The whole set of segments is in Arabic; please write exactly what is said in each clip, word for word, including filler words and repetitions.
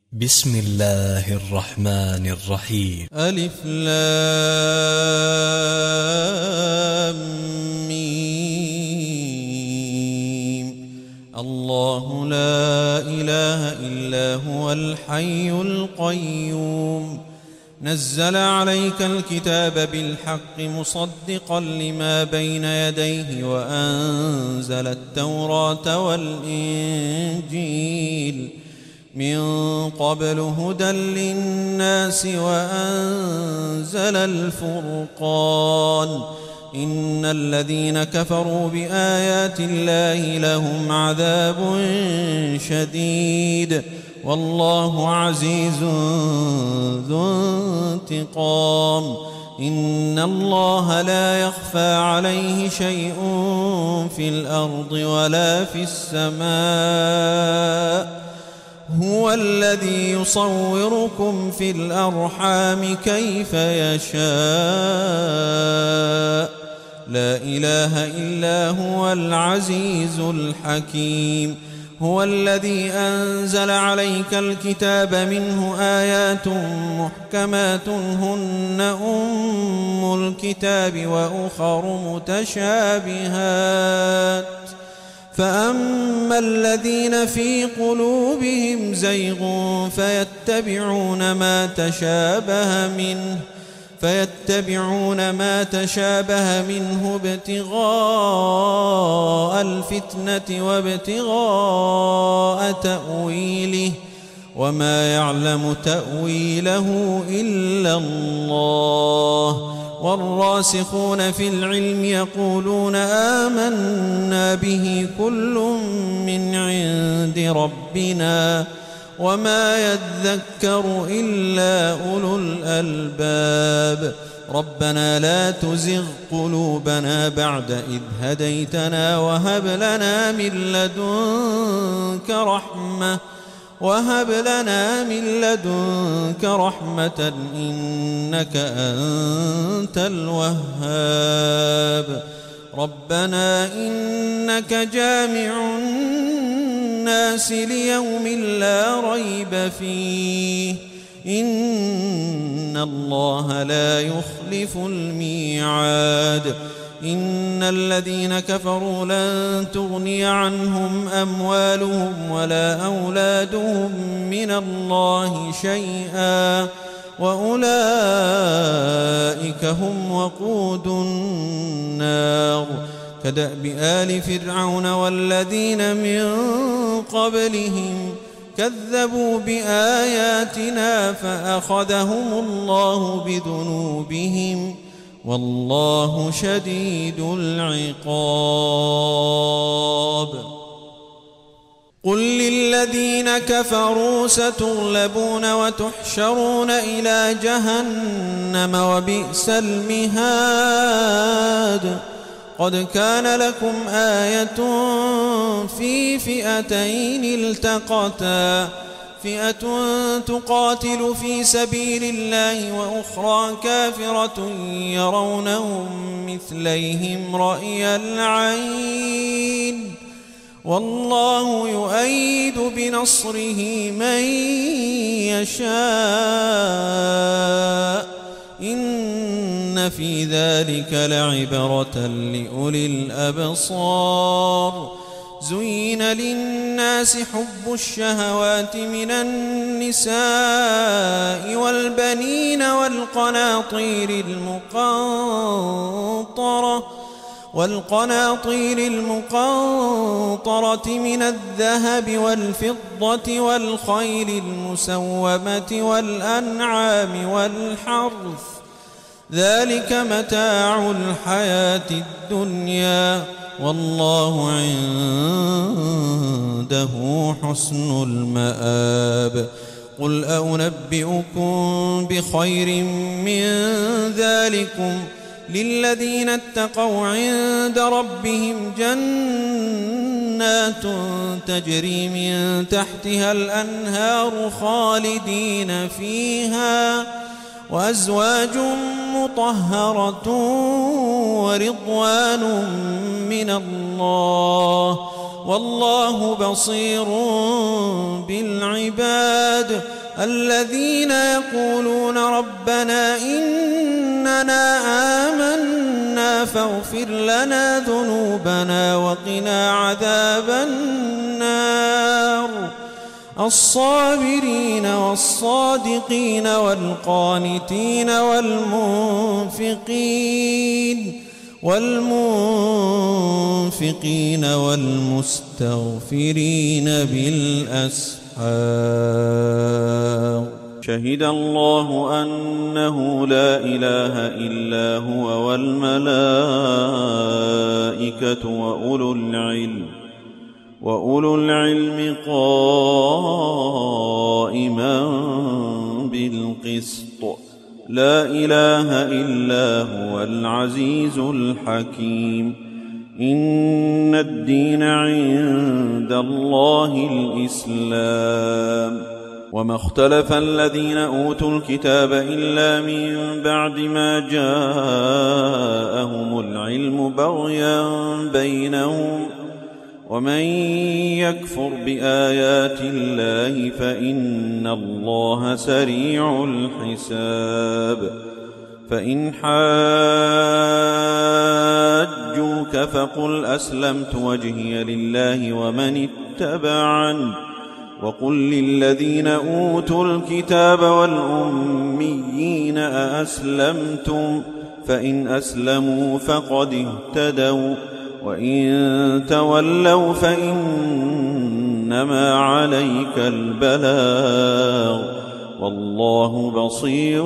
بسم الله الرحمن الرحيم. ألف لام ميم. الله لا إله إلا هو الحي القيوم نزل عليك الكتاب بالحق مصدقا لما بين يديه وأنزل التوراة والإنجيل من قبل هدى للناس وأنزل الفرقان إن الذين كفروا بآيات الله لهم عذاب شديد والله عزيز ذو انتقام إن الله لا يخفى عليه شيء في الأرض ولا في السماء هو الذي يصوركم في الأرحام كيف يشاء لا إله إلا هو العزيز الحكيم هو الذي أنزل عليك الكتاب منه آيات محكمات هن أم الكتاب وأخر متشابهات فأما الذين في قلوبهم زيغ فيتبعون ما تشابه منه فيتبعون ما تشابه منه ابتغاء الفتنة وابتغاء تأويله وما يعلم تأويله إلا الله والراسخون في العلم يقولون آمنا به كل من عند ربنا وما يذكر إلا أولو الألباب ربنا لا تزغ قلوبنا بعد إذ هديتنا وهب لنا من لدنك رحمة وهب لنا من لدنك رحمة إنك أنت الوهاب ربنا إنك جامع الناس ليوم لا ريب فيه إن الله لا يخلف الميعاد إن الذين كفروا لن تغني عنهم أموالهم ولا أولادهم من الله شيئا وأولئك هم وقود النار كدأب آل فرعون والذين من قبلهم كذبوا بآياتنا فأخذهم الله بذنوبهم والله شديد العقاب قل للذين كفروا ستغلبون وتحشرون إلى جهنم وبئس المهاد قد كان لكم آية في فئتين التقتا فئة تقاتل في سبيل الله وأخرى كافرة يرونهم مثليهم رأي العين والله يؤيد بنصره من يشاء إن في ذلك لعبرة لأولي الأبصار زين للناس حب الشهوات من النساء والبنين والقناطير المقنطرة والقناطير المقنطرة من الذهب والفضة والخيل المسومة والأنعام والحرث ذلك متاع الحياة الدنيا والله عنده حسن المآب قل أنبئكم بخير من ذلكم للذين اتقوا عند ربهم جنات تجري من تحتها الأنهار خالدين فيها وأزواج مطهرة ورضوان من الله والله بصير بالعباد الذين يقولون ربنا إننا آمنا فاغفر لنا ذنوبنا وقنا عذاب النار الصابرين والصادقين والقانتين والمنفقين والمنفقين والمستغفرين بالأسحار شهد الله أنه لا إله إلا هو والملائكة وأولو العلم وأولو العلم قائما بالقسط لا إله إلا هو العزيز الحكيم إن الدين عند الله الإسلام وما اختلف الذين أوتوا الكتاب إلا من بعد ما جاءهم العلم بغيا بينهم ومن يكفر بآيات الله فإن الله سريع الحساب فإن حاجوك فقل أسلمت وجهي لله ومن اتبعني وقل للذين أوتوا الكتاب والأميين أأسلمتم فإن أسلموا فقد اهتدوا وإن تولوا فإنما عليك البلاغ والله بصير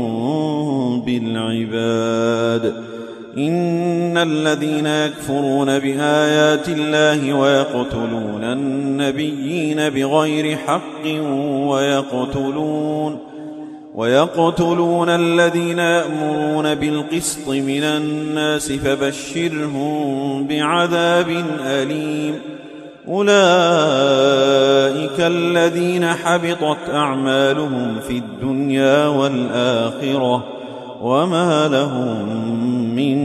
بالعباد إن الذين يكفرون بآيات الله ويقتلون النبيين بغير حق ويقتلون ويقتلون الذين يأمرون بالقسط من الناس فبشرهم بعذاب أليم أولئك الذين حبطت أعمالهم في الدنيا والآخرة وما لهم من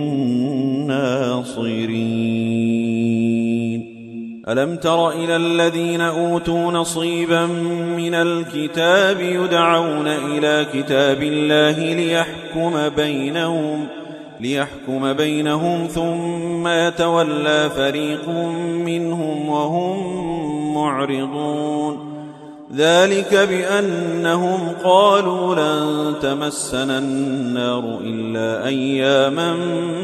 ناصرين ألم تر إلى الذين أوتوا نصيبا من الكتاب يدعون إلى كتاب الله ليحكم بينهم ليحكم بينهم ثم يتولى فريق منهم وهم معرضون ذلك بأنهم قالوا لن تمسنا النار إلا أياما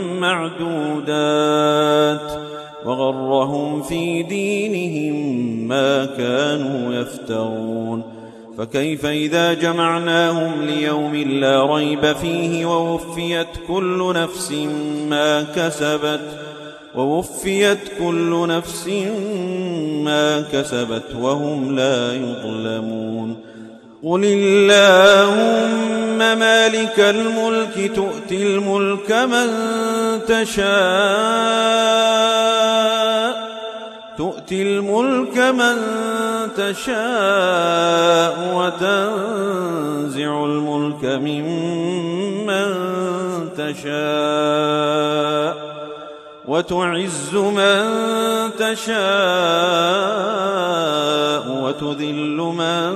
معدودات وغرهم في دينهم ما كانوا يفترون فكيف إذا جمعناهم ليوم لا ريب فيه ووفيت كل نفس ما كسبت ووفيت كل نفس ما كسبت وهم لا يظلمون قل اللهم مالك الملك تؤتي الملك من تشاء تؤتي الملك من تشاء وتنزع الملك ممن تشاء وتعز من تشاء وتذل من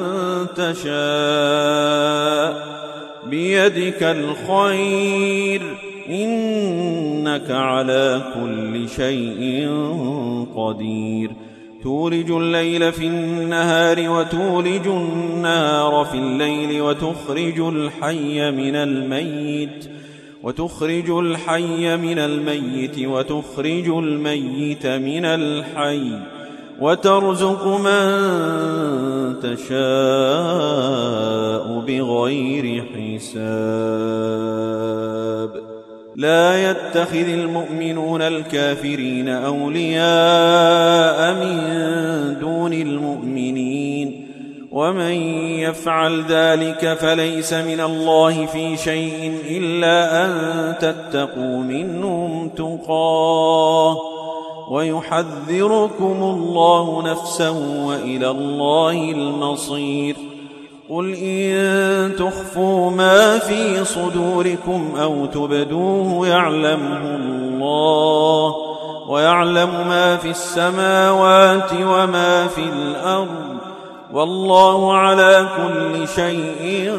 تشاء بيدك الخير إنك على كل شيء قدير تولج الليل في النهار وتولج النهار في الليل وتخرج الحي من الميت وتخرج الحي من الميت وتخرج الميت من الحي وترزق من تشاء بغير حساب لا يتخذ المؤمنون الكافرين أولياء من دون المؤمنين ومن يفعل ذلك فليس من الله في شيء إلا أن تتقوا منهم تقاه ويحذركم الله نفسه وإلى الله المصير قل إن تخفوا ما في صدوركم أو تبدوه يعلمه الله ويعلم ما في السماوات وما في الأرض والله على كل شيء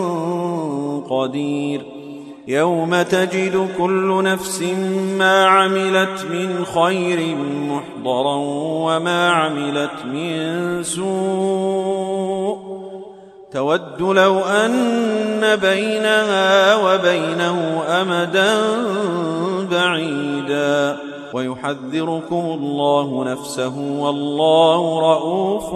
قدير. يوم تجد كل نفس ما عملت من خير محضرا وما عملت من سوء تود لو أن بينها وبينه أمدا بعيدا ويحذركم الله نفسه والله رءوف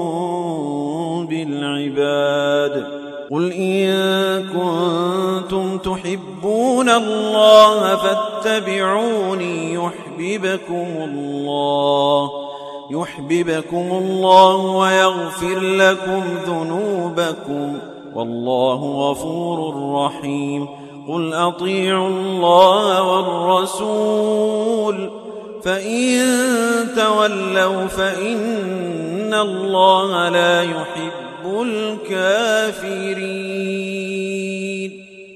بالعباد. قل إن كنتم تحبون الله فاتبعوني يحببكم الله يحببكم الله ويغفر لكم ذنوبكم والله غفور رحيم. قل أطيعوا الله والرسول فإن تولوا فإن الله لا يحب الكافرين.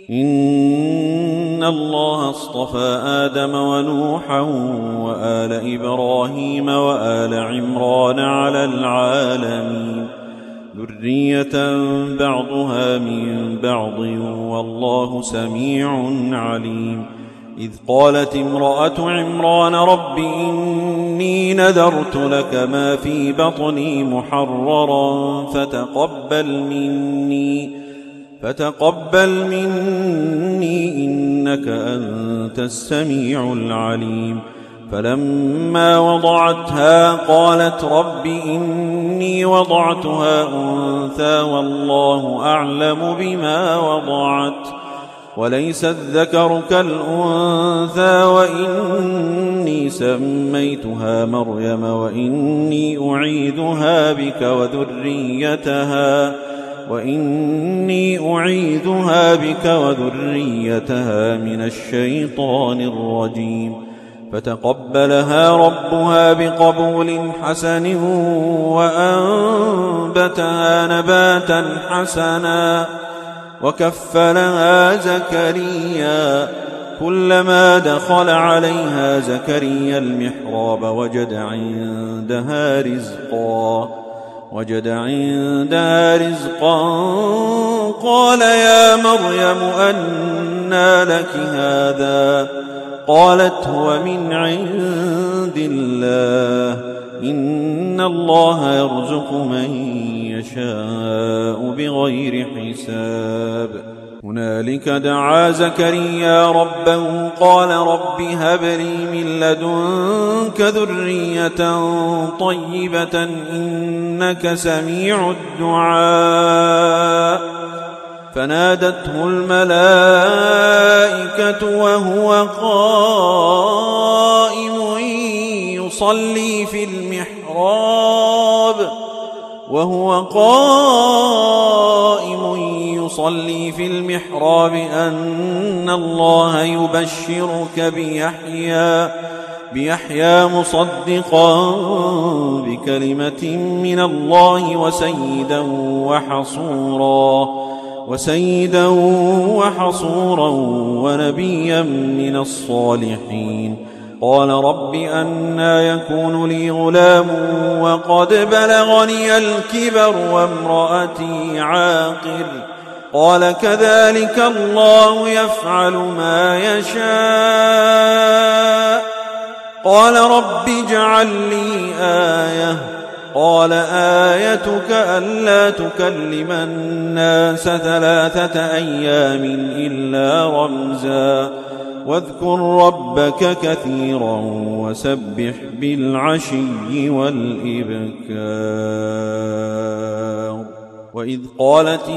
إن الله اصطفى آدم ونوحا وآل إبراهيم وآل عمران على العالمين ذرية بعضها من بعض والله سميع عليم. إذ قالت امرأة عمران رب إني نذرت لك ما في بطني محررا فتقبل مني فتقبل مني إنك أنت السميع العليم. فلما وضعتها قالت رب إني وضعتها أنثى والله أعلم بما وضعت وليس الذكر كالأنثى وإني سميتها مريم وإني أعيذها بك وذريتها وإني أعيذها بك وذريتها من الشيطان الرجيم. فتقبلها ربها بقبول حسن وأنبتها نباتا حسنا وكفلها زكريا كلما دخل عليها زكريا المحراب وجد عندها رزقا وجد عندها رزقا قال يا مريم أنى لك هذا قالت هو من عند الله إن الله يرزق من يشاء بغير حساب. هنالك دعا زكريا ربه قال رب هب لي من لدنك ذرية طيبة إنك سميع الدعاء. فنادته الملائكة وهو قائم يصلي في المحراب وهو قائم يصلي في المحراب أن الله يبشرك بيحيى بيحيى مصدقا بكلمة من الله وسيدا وحصورا وسيدا وحصورا ونبيا من الصالحين. قال رب أنى يكون لي غلام وقد بلغني الكبر وامرأتي عاقر قال كذلك الله يفعل ما يشاء. قال رب اجعل لي آية قال آيتك ألا تكلم الناس ثلاثة أيام إلا رمزا واذكر ربك كثيرا وسبح بالعشي والإبكار. وإذ قالت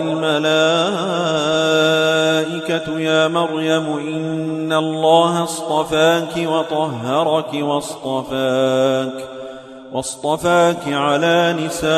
الملائكة يا مريم إن الله اصطفاك وطهرك واصطفاك واصطفاك على نساء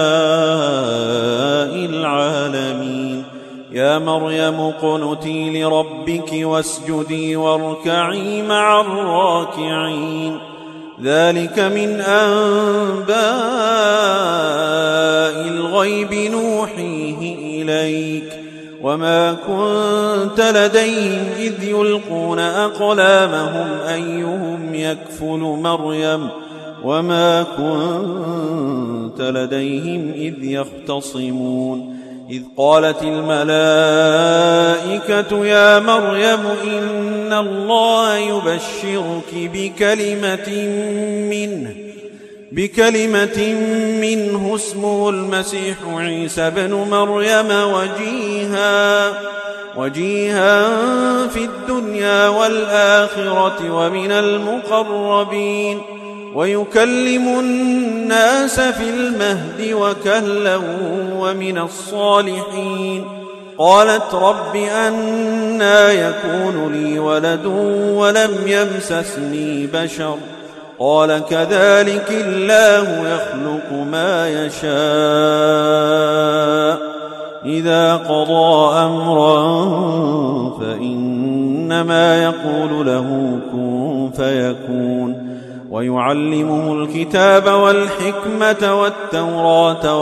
العالمين. يا مريم اقنتي لربك واسجدي واركعي مع الراكعين. ذلك من أنباء الغيب نوحيه إليك وما كنت لديهم إذ يلقون أقلامهم أيهم يكفل مريم وما كنت لديهم إذ يختصمون إذ قالت الملائكة يا مريم إن الله يبشرك بكلمة منه بكلمة منه اسمه المسيح عيسى بن مريم وجيها وجيها في الدنيا والآخرة ومن المقربين ويكلم الناس في المهد وكهلا ومن الصالحين قالت رب أنى يكون لي ولد ولم يمسسني بشر قال كذلك الله يخلق ما يشاء إذا قضى أمرا فإنما يقول له كن فيكون ويعلمه الكتاب والحكمة والتوراة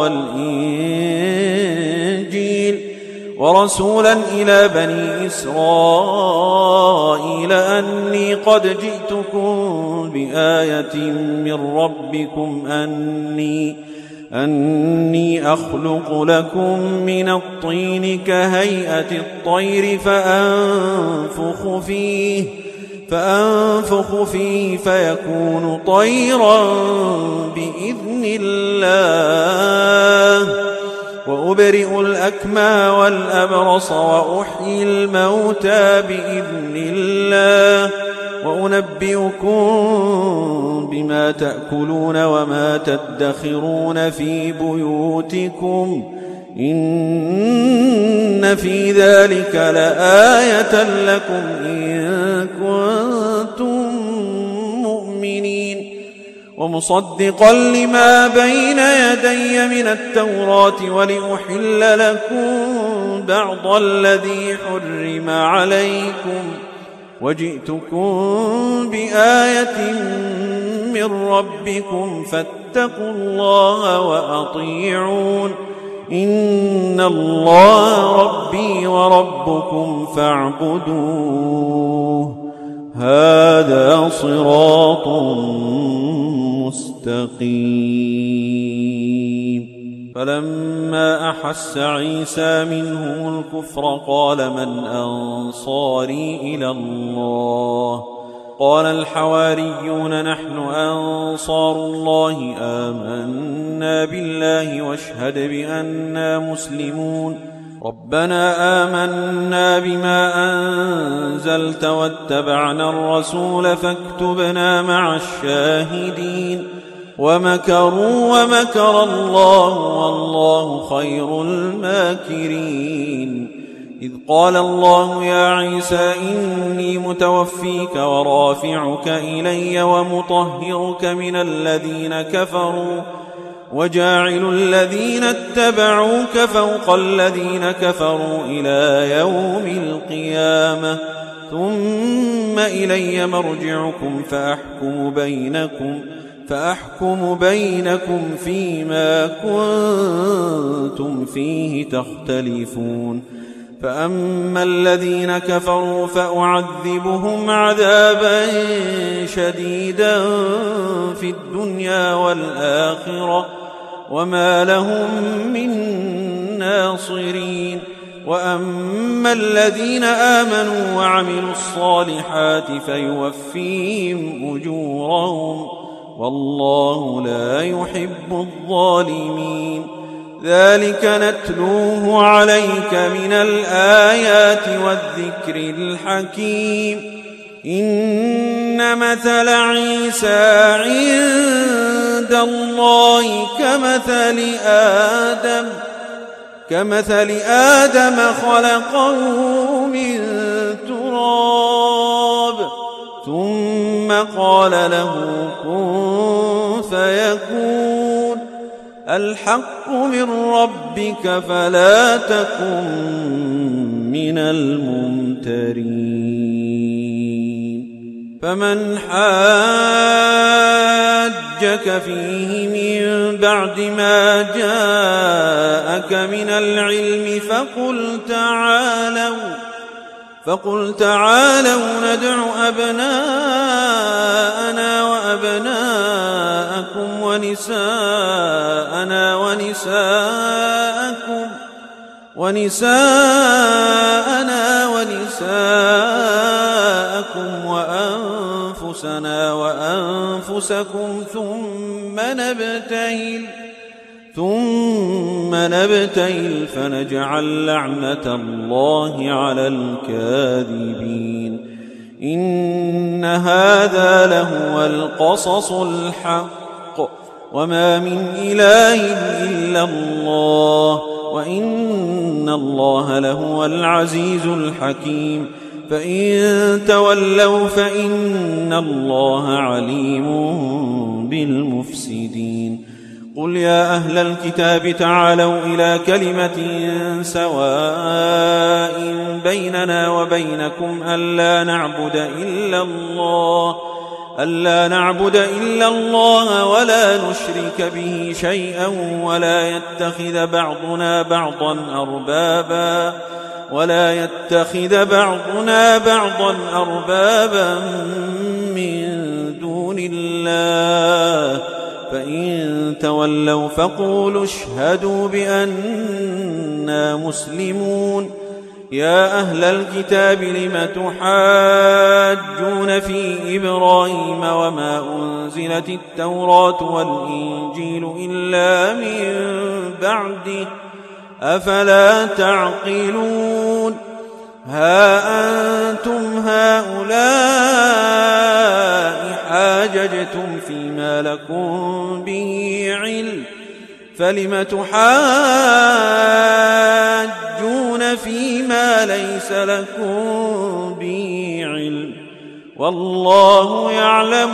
والإنجيل ورسولا إلى بني إسرائيل أني قد جئتكم بآية من ربكم أني أني أخلق لكم من الطين كهيئة الطير فأنفخ فيه فأنفخ فيه فيكون طيرا بإذن الله وأبرئ الأكمى والأبرص وأحيي الموتى بإذن الله وأنبئكم بما تأكلون وما تدخرون في بيوتكم إن في ذلك لآية لكم إن كنتم مؤمنين ومصدقا لما بين يدي من التوراة ولأحل لكم بعض الذي حرم عليكم وجئتكم بآية من ربكم فاتقوا الله وأطيعون إن الله ربي وربكم فاعبدوه هذا صراط مستقيم فلما أحس عيسى منهم الكفر قال من أنصاري إلى الله قال الحواريون نحن أنصار الله آمنا بالله واشهد بأننا مسلمون ربنا آمنا بما أنزلت واتبعنا الرسول فاكتبنا مع الشاهدين ومكروا ومكر الله والله خير الماكرين إذ قال الله يا عيسى إني متوفيك ورافعك إلي ومطهرك من الذين كفروا وجاعل الذين اتبعوك فوق الذين كفروا إلى يوم القيامة ثم إلي مرجعكم فأحكم بينكم فأحكم بينكم فيما كنتم فيه تختلفون فأما الذين كفروا فأعذبهم عذابا شديدا في الدنيا والآخرة وما لهم من ناصرين وأما الذين آمنوا وعملوا الصالحات فيوفيهم أجورهم والله لا يحب الظالمين ذلك نتلوه عليك من الآيات والذكر الحكيم إن مثل عيسى عند الله كمثل آدم كمثل آدم خلقه من تراب ثم قال له كن فيكون الحق من ربك فلا تكن من الممترين فمن حاج حاجك فيه من بعد ما جاءك من العلم فقل تعالوا فقل تعالوا ندع أبناءنا وأبناءكم ونساءنا ونساءكم ونساءنا ونساءكم وأنفسنا وأنفسكم ثم نبتهل ثم نبتهل فنجعل لعنة الله على الكاذبين إن هذا لهو القصص الحق وما من إله إلا الله وإن الله لهو العزيز الحكيم فإن تولوا فإن الله عليم بالمفسدين قل يا أهل الكتاب تعالوا إلى كلمة سواء بيننا وبينكم ألا نعبد إلا الله ألا نعبد إلا الله ولا نشرك به شيئا ولا يتخذ بعضنا بعضا أربابا ولا يتخذ بعضنا بعضا أربابا من دون الله فإن تولوا فقولوا اشهدوا بأننا مسلمون يا أهل الكتاب لم تحاجون في إبراهيم وما أنزلت التوراة والإنجيل إلا من بعده أفلا تعقلون ها أنتم هؤلاء حاججتم فيما لكم به علم فلم تحاجون فيما ليس لكم به علم والله يعلم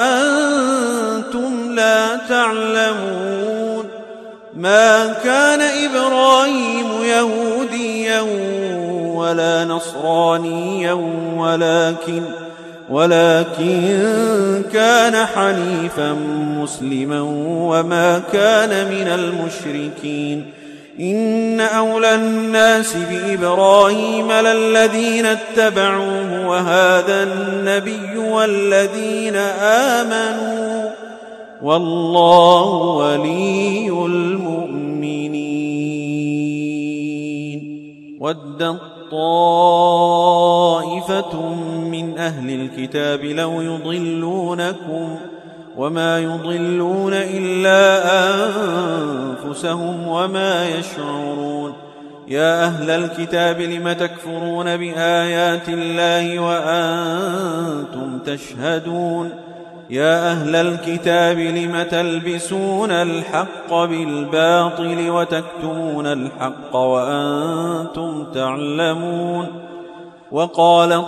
وأنتم لا تعلمون ما كان إبراهيم يهوديا ولا نصرانيا ولكن ولكن كان حنيفا مسلما وما كان من المشركين إن أولى الناس بإبراهيم للذين اتبعوه وهذا النبي والذين آمنوا والله ولي المؤمنين ودت طائفة من أهل الكتاب لو يضلونكم وما يضلون إلا أنفسهم وما يشعرون يا أهل الكتاب لم تكفرون بآيات الله وأنتم تشهدون يا أهل الكتاب لم تلبسون الحق بالباطل وتكتمون الحق وأنتم تعلمون وقالت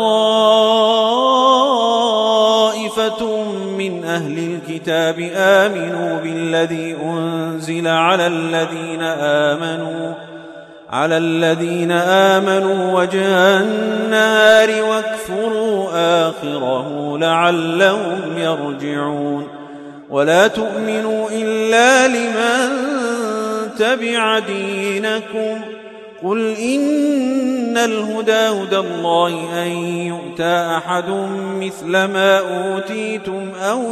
طائفة من أهل الكتاب آمنوا بالذي أنزل على الذين آمنوا على الذين آمنوا وجه النهار واكفروا آخره لعلهم يرجعون ولا تؤمنوا إلا لمن تبع دينكم قل إن الهدى هدى الله أن يؤتى أحد مثل ما أوتيتم أو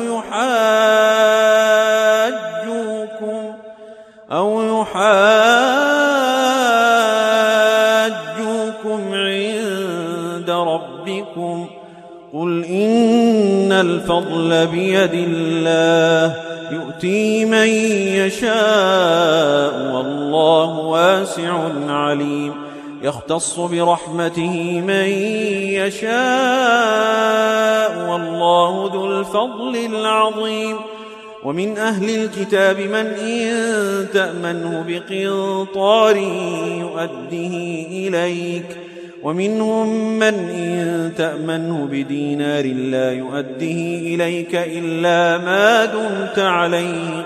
يحاجوكم أو يحاجوكم عند ربكم قل إن الفضل بيد الله يؤتي من يشاء والله واسع عليم يختص برحمته من يشاء والله ذو الفضل العظيم ومن أهل الكتاب من إن تأمنه بقنطار يؤديه إليك ومنهم من إن تأمنه بدينار لا يؤديه إليك إلا ما دمت عليه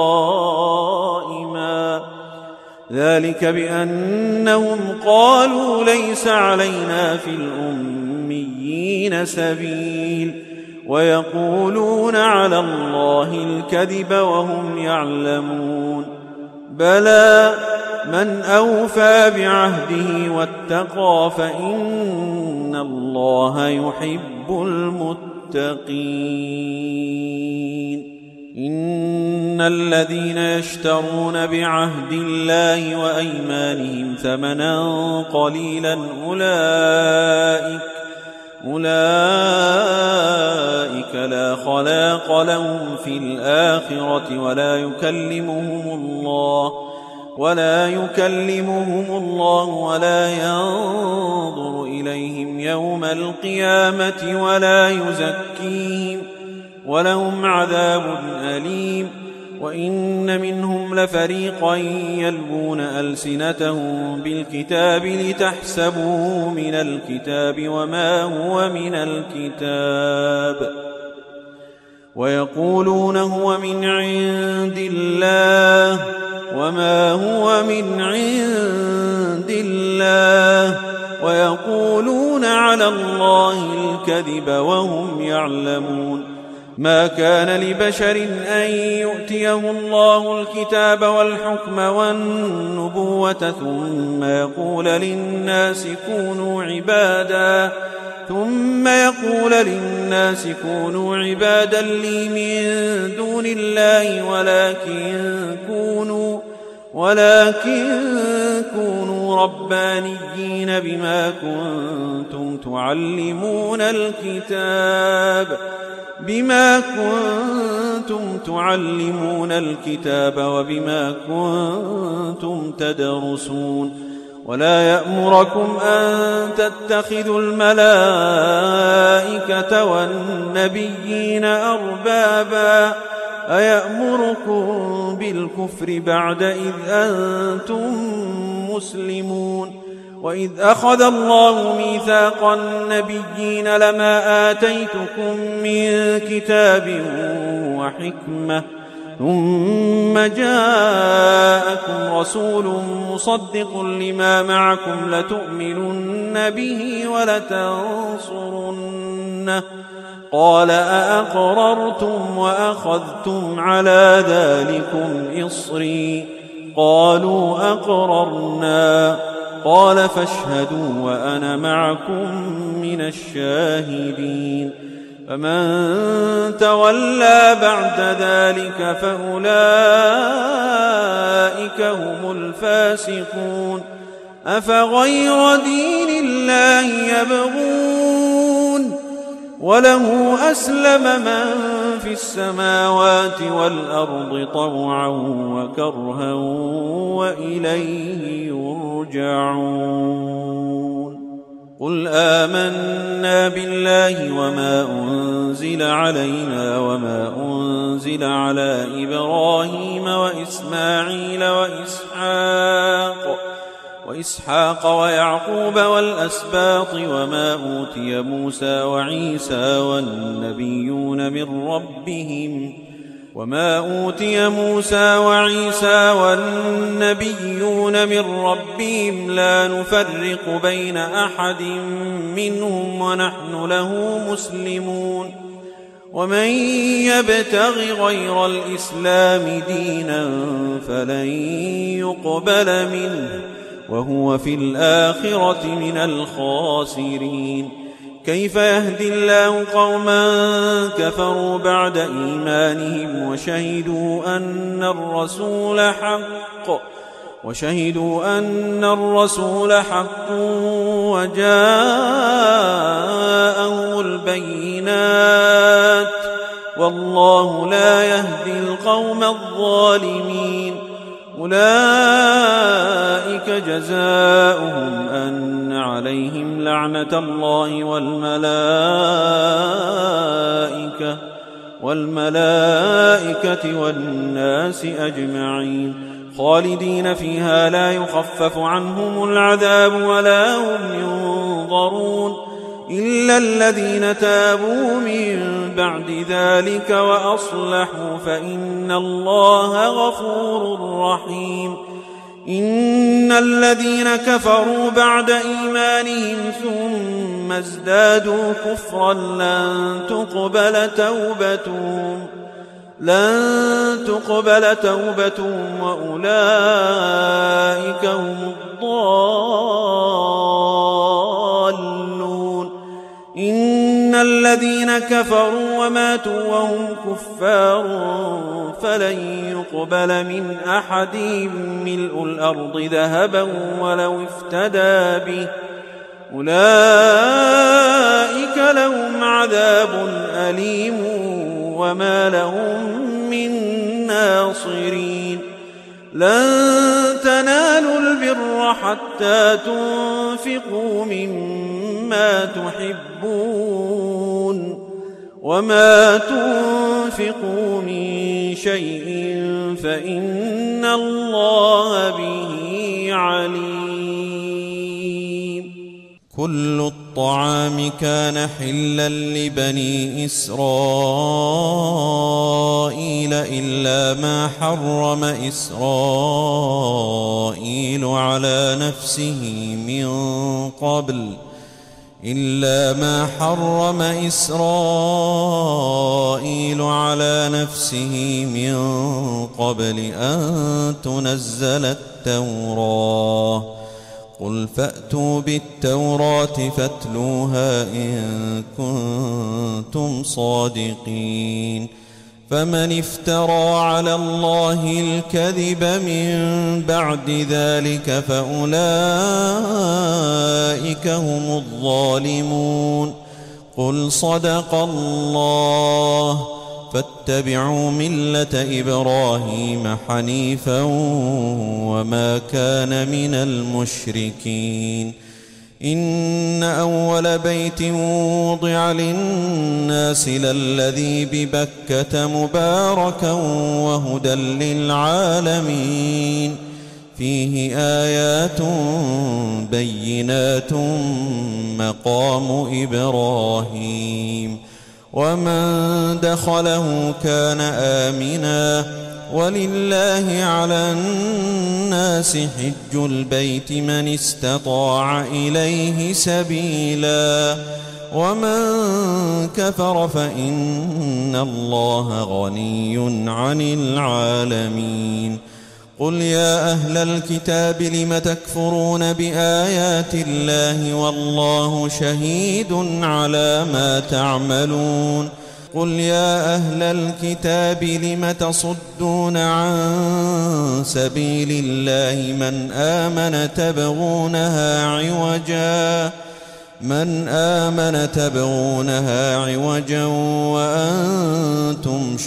قائما ذلك بأنهم قالوا ليس علينا في الأميين سبيل ويقولون على الله الكذب وهم يعلمون. بلى من أوفى بعهده واتقى فإن الله يحب المتقين. إن الذين يشترون بعهد الله وأيمانهم ثمنا قليلا أولئك أولئك لا خلاق لهم في الآخرة ولا يكلمهم الله ولا يكلمهم الله ولا ينظر إليهم يوم القيامة ولا يزكيهم ولهم عذاب أليم. وإن منهم لفريقا يلوون ألسنتهم بالكتاب لتحسبوه من الكتاب وما هو من الكتاب ويقولون هو من عند الله وما هو من عند الله ويقولون على الله الكذب وهم يعلمون. ما كان لبشر أن يؤتيه الله الكتاب والحكم والنبوة ثم يقول للناس كونوا عبادا ثم يقول للناس كونوا عبادا لي من دون الله ولكن كونوا ولكن كونوا ربانيين بما كنتم تعلمون الكتاب بما كنتم تعلمون الكتاب وبما كنتم تدرسون. ولا يأمركم أن تتخذوا الملائكة والنبيين أربابا أيأمركم بالكفر بعد إذ أنتم مسلمون. وإذ أخذ الله ميثاق النبيين لما آتيتكم من كتاب وحكمة ثم جاءكم رسول مصدق لما معكم لتؤمنن به ولتنصرنه قال أأقررتم وأخذتم على ذلكم إصري قالوا أقررنا قال فاشهدوا وأنا معكم من الشاهدين. فمن تولى بعد ذلك فأولئك هم الفاسقون. أفغير دين الله يبغون وله أسلم من في السماوات والأرض طوعا وكرها وإليه يرجعون. قل آمنا بالله وما أنزل علينا وما أنزل على إبراهيم وإسماعيل وإسحاق وإسحاق ويعقوب والأسباط وما أوتي موسى وعيسى والنبيون من ربهم وما أوتي موسى وعيسى والنبيون من ربهم لا نفرق بين أحد منهم ونحن له مسلمون. ومن يبتغ غير الإسلام دينا فلن يقبل منه وهو في الآخرة من الخاسرين. كيف يهدي الله قوما كفروا بعد إيمانهم وشهدوا أن الرسول حق وشهدوا أن الرسول حق وجاءهم البينات والله لا يهدي القوم الظالمين. أولئك جزاؤهم أن عليهم لعنة الله والملائكة والملائكة والناس أجمعين خالدين فيها لا يخفف عنهم العذاب ولا هم ينظرون إلا الذين تابوا من بعد ذلك وأصلحوا فإن الله غفور رحيم. إن الذين كفروا بعد إيمانهم ثم ازدادوا كفرا لن تقبل توبتهم لن تقبل توبتهم وأولئك هم الضالون. إن الذين كفروا وماتوا وهم كفار فلن يقبل من أحدهم ملء الأرض ذهبا ولو افتدى به أولئك لهم عذاب أليم وما لهم من ناصرين. لن تنالوا البر حتى تنفقوا مما تحبون وما تنفقوا من شيء فإن الله به عليم. كل الطعام كان حلا لبني إسرائيل إلا ما حرم إسرائيل على نفسه من قبل إلا ما حرم إسرائيل على نفسه من قبل أن تنزل التوراة. قل فأتوا بالتوراة فاتلوها إن كنتم صادقين. فمن افترى على الله الكذب من بعد ذلك فأولئك هم الظالمون. قل صدق الله فاتبعوا ملة إبراهيم حنيفا وما كان من المشركين. إن أول بيت وضع للناس للذي ببكة مباركا وهدى للعالمين. فيه آيات بينات مقام إبراهيم ومن دخله كان آمنا. ولله على الناس حج البيت من استطاع إليه سبيلا ومن كفر فإن الله غني عن العالمين. قل يا أهل الكتاب لم تكفرون بآيات الله والله شهيد على ما تعملون. قل يا أهل الكتاب لم تصدون عن سبيل الله من آمن تبغونها عوجا من آمن تبغونها عوجا وأنتم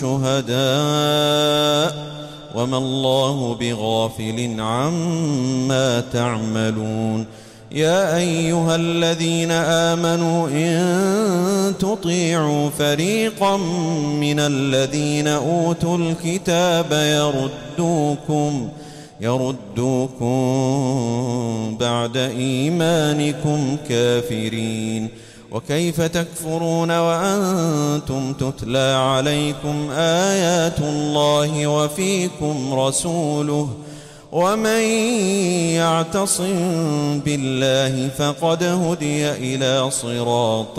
شهداء وما الله بغافل عما تعملون. يا أيها الذين آمنوا إن تطيعوا فريقا من الذين أوتوا الكتاب يردوكم يردوكم بعد إيمانكم كافرين. وكيف تكفرون وأنتم تتلى عليكم آيات الله وفيكم رسوله ومن يعتصم بالله فقد هدي إلى صراط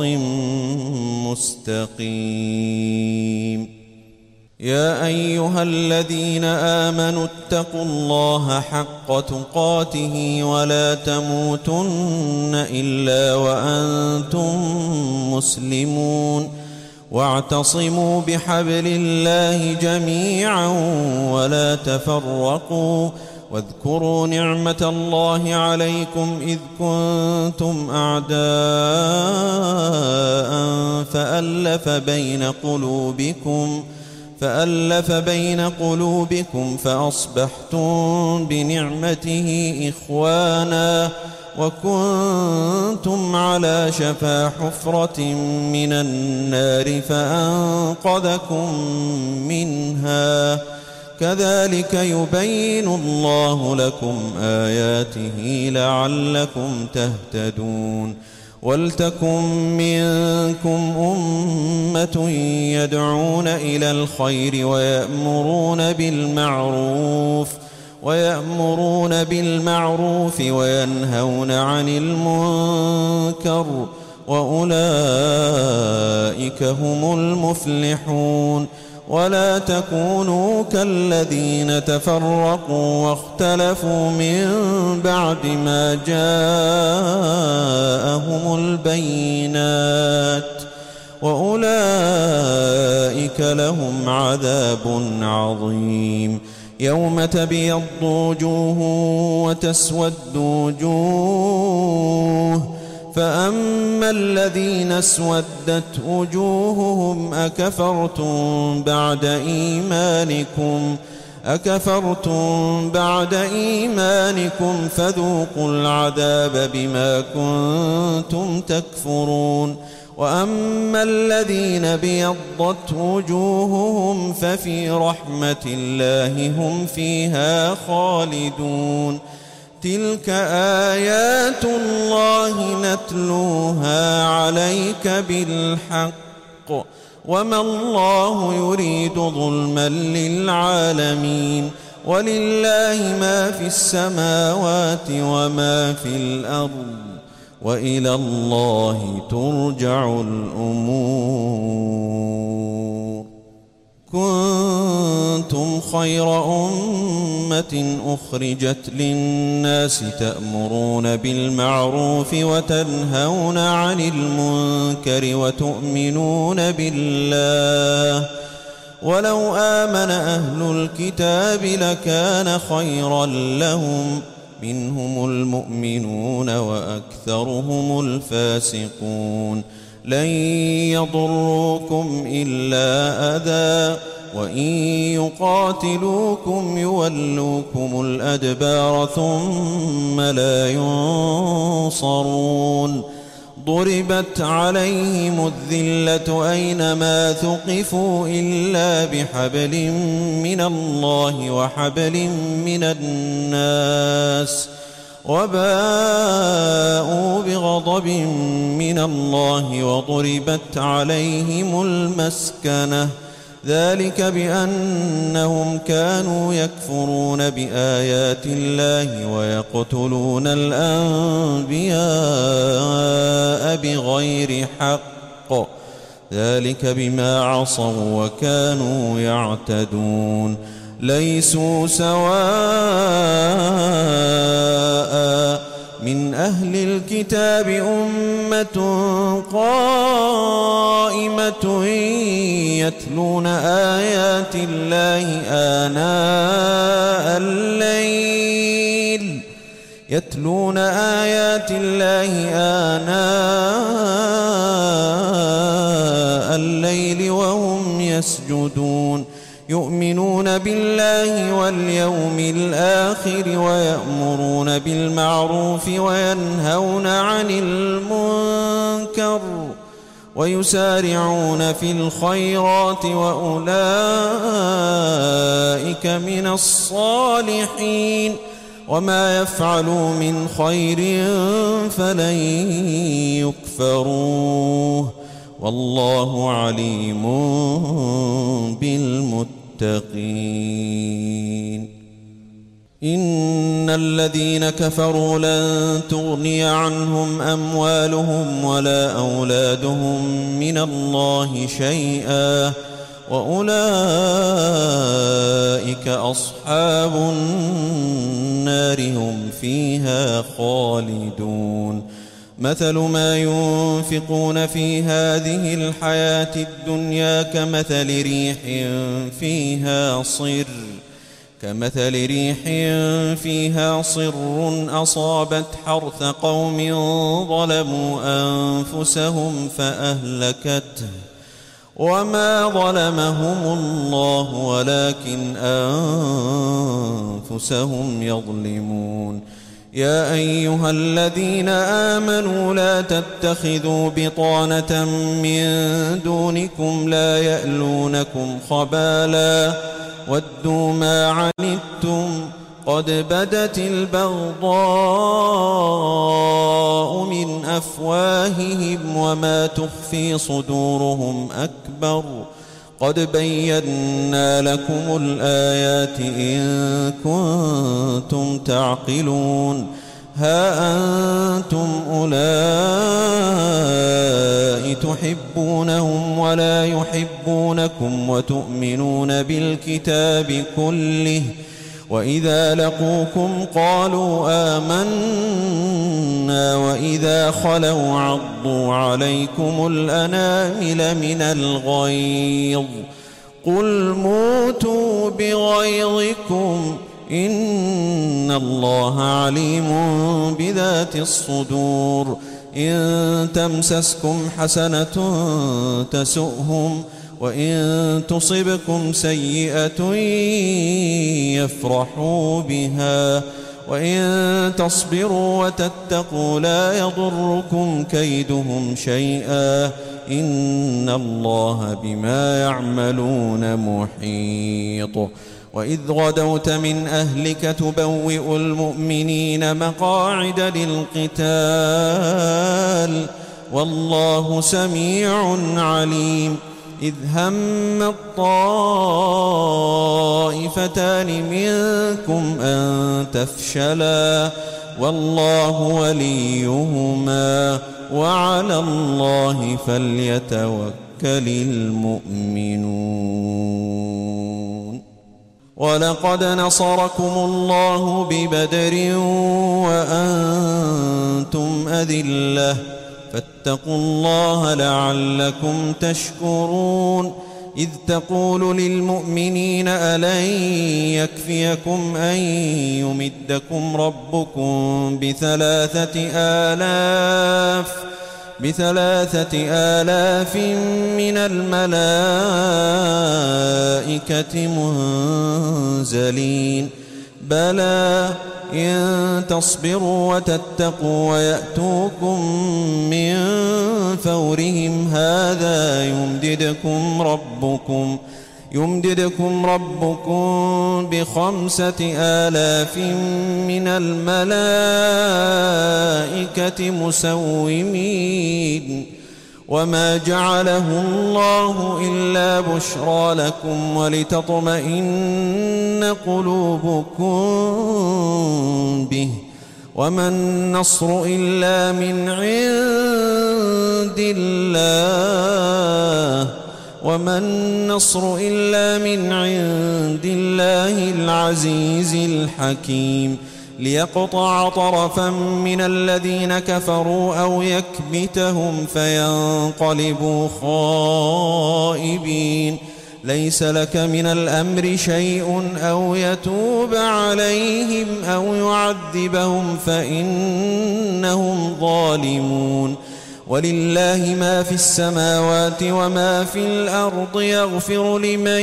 مستقيم. يا أيها الذين آمنوا اتقوا الله حق تقاته ولا تموتن إلا وأنتم مسلمون. واعتصموا بحبل الله جميعا ولا تفرقوا. واذكروا نعمة الله عليكم إذ كنتم أعداء فألف بين قلوبكم فألف بين قلوبكم فأصبحتم بنعمته إخوانا وكنتم على شفا حفرة من النار فأنقذكم منها. كذلك يبين الله لكم آياته لعلكم تهتدون. ولتكن منكم أمة يدعون إلى الخير ويأمرون بالمعروف ويأمرون بالمعروف وينهون عن المنكر وأولئك هم المفلحون. ولا تكونوا كالذين تفرقوا واختلفوا من بعد ما جاءهم البينات وأولئك لهم عذاب عظيم. يوم تبيض وجوه وتسود وجوه فأما الذين اسودت وجوههم أكفرتم بعد إيمانكم أكفرتم بعد إيمانكم فذوقوا العذاب بما كنتم تكفرون. وأما الذين بيضت وجوههم ففي رحمة الله هم فيها خالدون. تلك آيات الله نتلوها عليك بالحق وما الله يريد ظلما للعالمين. ولله ما في السماوات وما في الأرض وإلى الله ترجع الأمور. كنتم خير أمة أخرجت للناس تأمرون بالمعروف وتنهون عن المنكر وتؤمنون بالله. ولو آمن أهل الكتاب لكان خيرا لهم منهم المؤمنون وأكثرهم الفاسقون. لن يضروكم إلا أذى وإن يقاتلوكم يولوكم الأدبار ثم لا ينصرون. ضربت عليهم الذلة أينما ثقفوا إلا بحبل من الله وحبل من الناس وباءوا بغضب من الله وضربت عليهم المسكنة. ذلك بأنهم كانوا يكفرون بآيات الله ويقتلون الأنبياء بغير حق. ذلك بما عصوا وكانوا يعتدون. ليسوا سواء من أهل الكتاب أمة قائمة يتلون آيات الله آناء الليل يتلون آيات الله آناء الليل وهم يسجدون. يؤمنون بالله واليوم الآخر ويأمرون بالمعروف وينهون عن المنكر ويسارعون في الخيرات وأولئك من الصالحين. وما يفعلوا من خير فلن يكفروه والله عليم بالمتقين. إن الذين كفروا لن تغني عنهم أموالهم ولا أولادهم من الله شيئا وأولئك أصحاب النار هم فيها خالدون. مثل ما ينفقون في هذه الحياة الدنيا كمثل ريح فيها صر كمثل ريح فيها صر أصابت حرث قوم ظلموا أنفسهم فأهلكته وما ظلمهم الله ولكن أنفسهم يظلمون. يا أيها الذين آمنوا لا تتخذوا بطانة من دونكم لا يألونكم خبالا ودوا ما عنتم قد بدت البغضاء من أفواههم وما تخفي صدورهم أكبر قد بينا لكم الآيات إن كنتم تعقلون ها أنتم أولئك تحبونهم ولا يحبونكم وتؤمنون بالكتاب كله وإذا لقوكم قالوا آمنا وإذا خلوا عضوا عليكم الأنامل من الغيظ قل موتوا بغيظكم إن الله عليم بذات الصدور إن تمسسكم حسنة تسؤهم وإن تصبكم سيئة يفرحوا بها وإن تصبروا وتتقوا لا يضركم كيدهم شيئا إن الله بما يعملون محيط وإذ غدوت من أهلك تبوئ المؤمنين مقاعد للقتال والله سميع عليم إذ هم الطائفتان منكم أن تفشلا والله وليهما وعلى الله فليتوكل المؤمنون ولقد نصركم الله ببدر وأنتم أذلة فاتقوا الله لعلكم تشكرون إذ تقول للمؤمنين ألن يكفيكم أن يمدكم ربكم بثلاثة آلاف بثلاثة آلاف من الملائكة منزلين بلى إن تصبروا وتتقوا ويأتوكم من فورهم هذا يمددكم ربكم يمددكم ربكم بخمسة آلاف من الملائكة مسومين وما جعله الله إلا بشرى لكم ولتطمئن قلوبكم به وما النصر إلا من عند الله وما النصر إلا من عند الله العزيز الحكيم ليقطع طرفا من الذين كفروا أو يكبتهم فينقلبوا خائبين ليس لك من الأمر شيء أو يتوب عليهم أو يعذبهم فإنهم ظالمون ولله ما في السماوات وما في الأرض يغفر لمن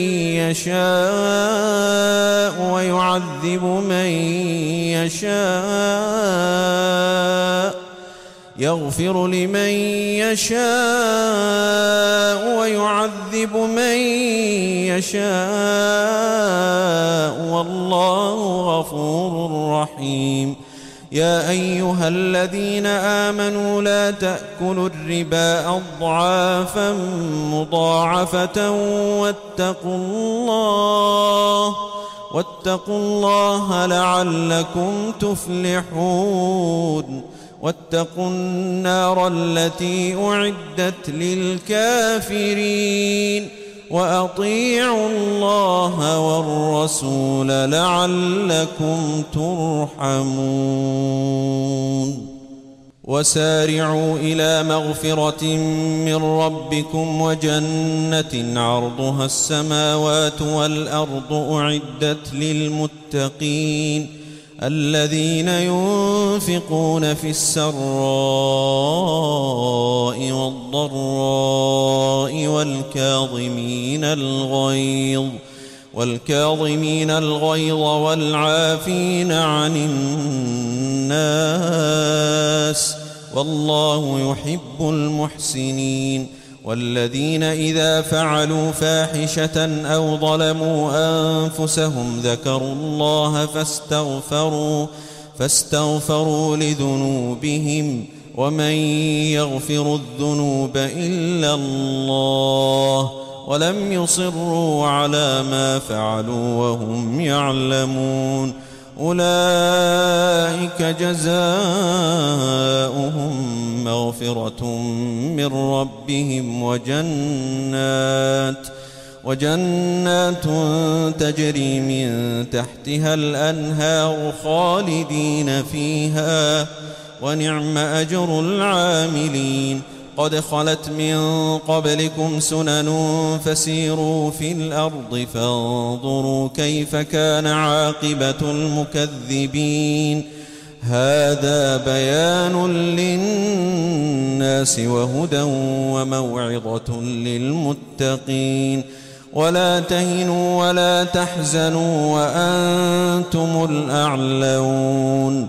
يشاء ويعذب من يشاء يغفر لمن يشاء ويعذب من يشاء والله غفور رحيم يا أيها الذين آمنوا لا تأكلوا الربا أضعافا مضاعفة واتقوا الله واتقوا الله لعلكم تفلحون واتقوا النار التي أعدت للكافرين وأطيعوا الله والرسول لعلكم ترحمون وسارعوا إلى مغفرة من ربكم وجنة عرضها السماوات والأرض أعدت للمتقين الذين ينفقون في السراء والضراء والكاظمين الغيظ والكاظمين الغيظ والعافين عن الناس والله يحب المحسنين والذين إذا فعلوا فاحشة أو ظلموا أنفسهم ذكروا الله فاستغفروا فاستغفروا لذنوبهم ومن يغفر الذنوب إلا الله ولم يصروا على ما فعلوا وهم يعلمون أولئك جزاؤهم مغفرة من ربهم وجنات وجنات تجري من تحتها الأنهار خالدين فيها ونعم أجر العاملين قد خلت من قبلكم سنن فسيروا في الأرض فانظروا كيف كان عاقبة المكذبين هذا بيان للناس وهدى وموعظة للمتقين ولا تهنوا ولا تحزنوا وأنتم الأعلون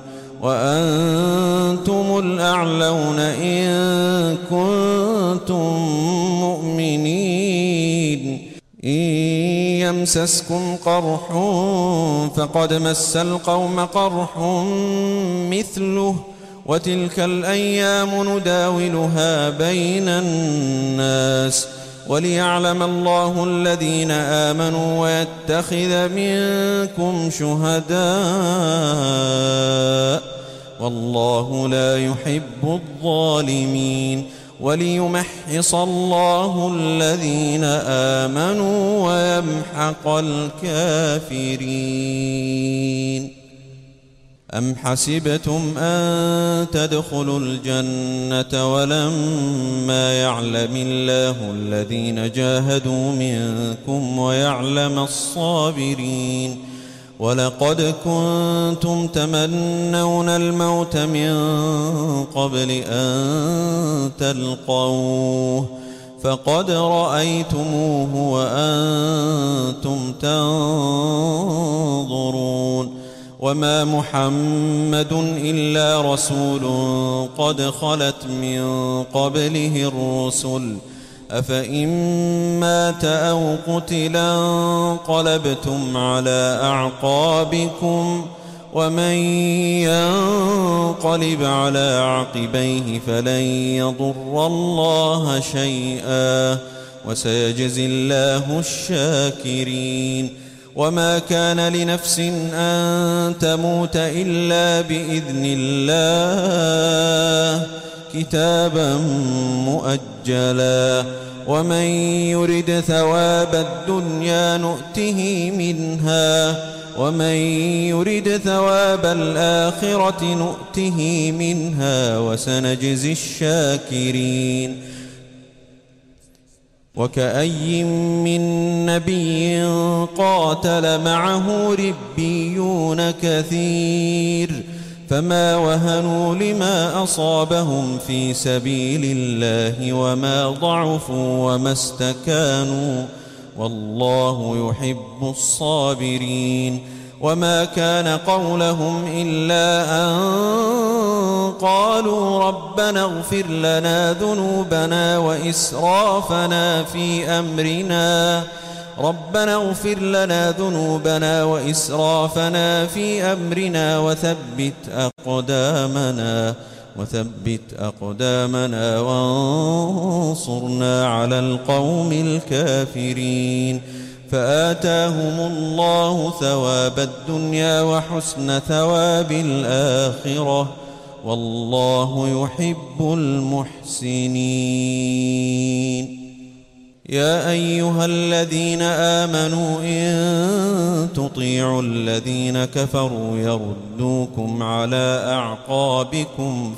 وأنتم الأعلون إن كنتم مؤمنين إن يمسسكم قرح فقد مس القوم قرح مثله وتلك الأيام نداولها بين الناس وليعلم الله الذين آمنوا ويتخذ منكم شهداء والله لا يحب الظالمين وليمحص الله الذين آمنوا ويمحق الكافرين أم حسبتم أن تدخلوا الجنة ولما يعلم الله الذين جاهدوا منكم ويعلم الصابرين ولقد كنتم تمنون الموت من قبل أن تلقوه فقد رأيتموه وأنتم تنظرون وما محمد إلا رسول قد خلت من قبله الرسل أفإن مات أو قتلا انقلبتم على أعقابكم ومن ينقلب على عقبيه فلن يضر الله شيئا وسيجزي الله الشاكرين وما كان لنفس أن تموت إلا بإذن الله كتابا مؤجلا ومن يرد ثواب الدنيا نؤته منها ومن يرد ثواب الآخرة نؤته منها وسنجزي الشاكرين وكأي من نبي قاتل معه ربيون كثير فما وهنوا لما أصابهم في سبيل الله وما ضعفوا وما استكانوا والله يحب الصابرين وما كان قولهم إلا أن قالوا ربنا اغفر لنا ذنوبنا وإسرافنا في أمرنا ربنا اغفر لنا ذنوبنا وإسرافنا في أمرنا وثبت أقدامنا وثبت أقدامنا وانصرنا على القوم الكافرين فآتاهم الله ثواب الدنيا وحسن ثواب الآخرة والله يحب المحسنين يا أيها الذين آمنوا إن تطيعوا الذين كفروا يردوكم على أعقابكم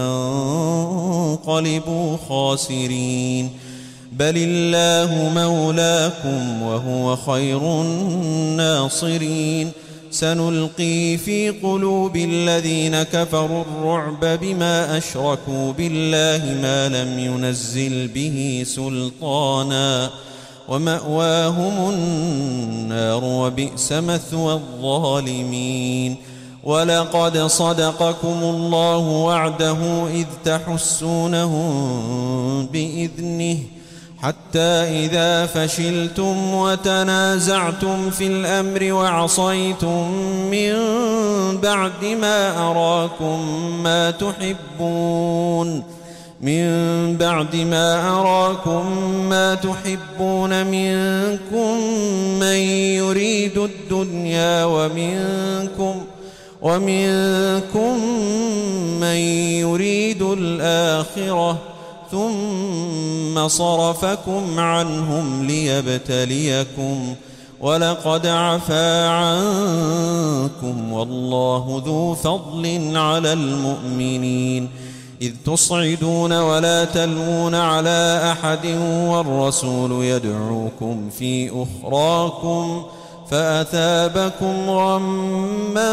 فتنقلبوا خاسرين بل الله مولاكم وهو خير الناصرين سنلقي في قلوب الذين كفروا الرعب بما أشركوا بالله ما لم ينزل به سلطانا ومأواهم النار وبئس مثوى الظالمين ولقد صدقكم الله وعده إذ تحسونهم بإذنه حتى إذا فشلتم وتنازعتم في الأمر وعصيتم من بعد ما أراكم ما تحبون من بعد ما أراكم ما تحبون منكم من يريد الدنيا ومنكم ومنكم من يريد الآخرة ثم صرفكم عنهم ليبتليكم ولقد عفا عنكم والله ذو فضل على المؤمنين إذ تصعدون ولا تلوون على أحد والرسول يدعوكم في أخراكم فأثابكم غما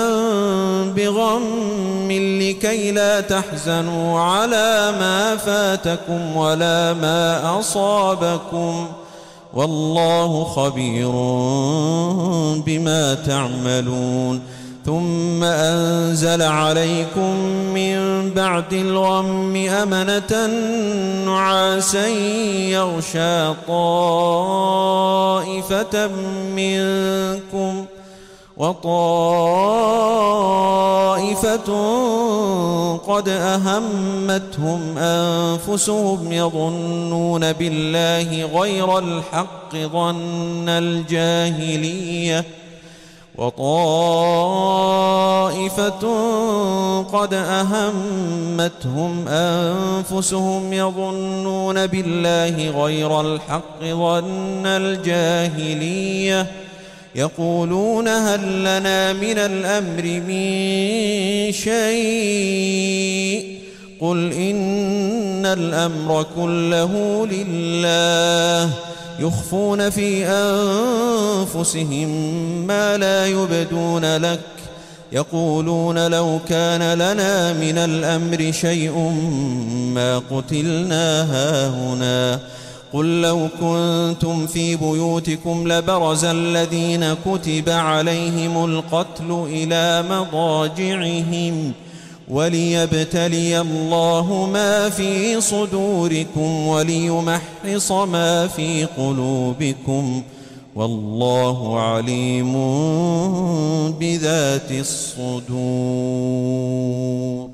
بغم لكي لا تحزنوا على ما فاتكم ولا ما أصابكم والله خبير بما تعملون ثم أنزل عليكم من بعد الغم أمنة نعاسا يغشى طائفة منكم وطائفة قد أهمتهم أنفسهم يظنون بالله غير الحق ظن الجاهلية وطائفة قد أهمتهم أنفسهم يظنون بالله غير الحق ظن الجاهلية يقولون هل لنا من الأمر من شيء قل إن الأمر كله لله يخفون في أنفسهم ما لا يبدون لك يقولون لو كان لنا من الأمر شيء ما قتلنا هاهنا قل لو كنتم في بيوتكم لبرز الذين كتب عليهم القتل إلى مضاجعهم وليبتلي الله ما في صدوركم وليمحص ما في قلوبكم والله عليم بذات الصدور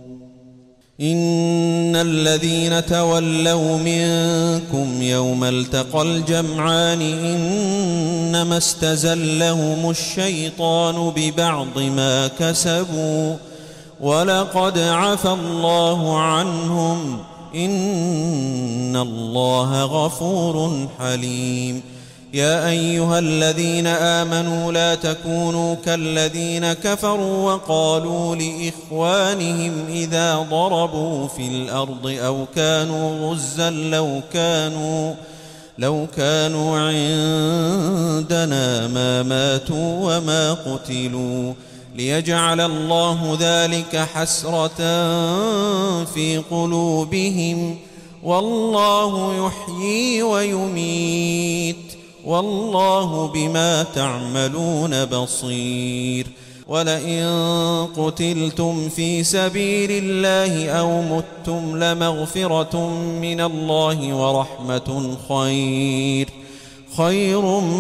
إن الذين تولوا منكم يوم التقى الجمعان إنما استزلهم الشيطان ببعض ما كسبوا ولقد عفى الله عنهم إن الله غفور حليم يا أيها الذين آمنوا لا تكونوا كالذين كفروا وقالوا لإخوانهم إذا ضربوا في الأرض أو كانوا غزا لو كانوا لو كانوا عندنا ما ماتوا وما قتلوا ليجعل الله ذلك حسرة في قلوبهم والله يحيي ويميت والله بما تعملون بصير ولئن قتلتم في سبيل الله أو متم لمغفرة من الله ورحمة خير خير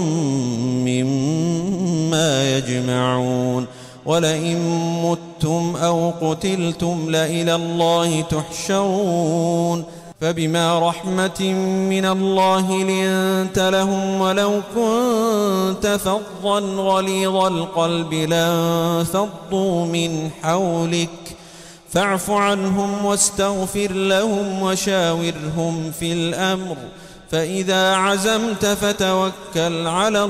مما يجمعون ولئن متم أو قتلتم لإلى الله تحشرون فبما رحمة من الله لنت لهم ولو كنت فظا غليظ القلب لانفضوا من حولك فاعف عنهم واستغفر لهم وشاورهم في الأمر فإذا عزمت فتوكل على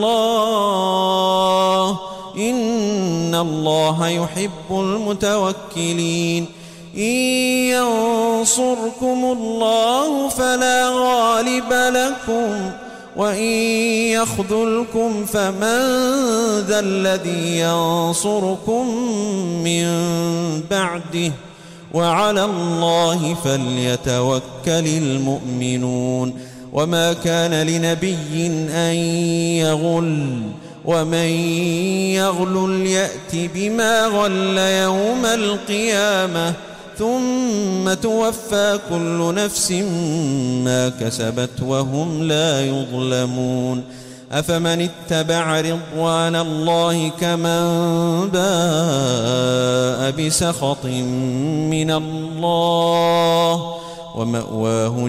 الله إن الله يحب المتوكلين إن ينصركم الله فلا غالب لكم وإن يخذلكم فمن ذا الذي ينصركم من بعده وعلى الله فليتوكل المؤمنون وما كان لنبي أن يغل ومن يغل يأت بما غل يوم القيامة ثم توفى كل نفس ما كسبت وهم لا يظلمون أفمن اتبع رضوان الله كمن باء بسخط من الله ومأواه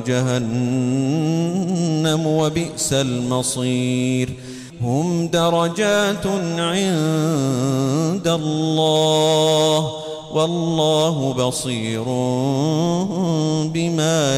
جهنم وبئس المصير هم درجات عند الله والله بصير بما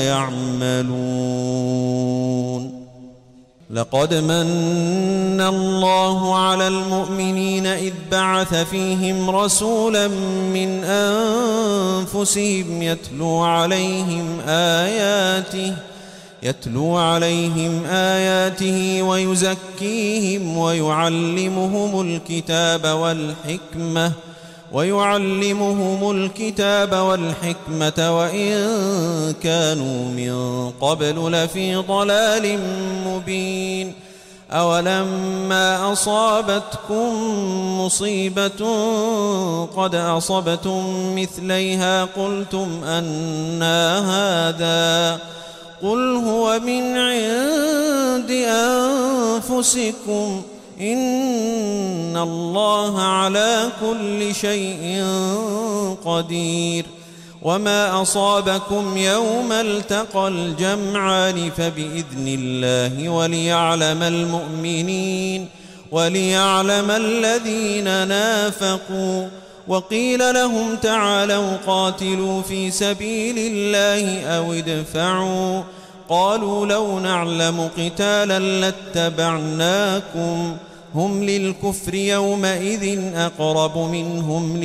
يعملون لقد من الله على المؤمنين إذ بعث فيهم رسولا من أنفسهم يتلو عليهم آياته يتلو عليهم آياته ويزكيهم ويعلمهم الكتاب والحكمة ويعلمهم الكتاب والحكمة وإن كانوا من قبل لفي ضلال مبين أولما أصابتكم مصيبة قد أصبتم مثليها قلتم أنى هذا قل هو من عند أنفسكم إن الله على كل شيء قدير وما أصابكم يوم التقى الجمعان فبإذن الله وليعلم المؤمنين وليعلم الذين نافقوا وقيل لهم تعالوا قاتلوا في سبيل الله أو ادفعوا قالوا لو نعلم قتالا لاتبعناكم هم للكفر يومئذ أقرب منهم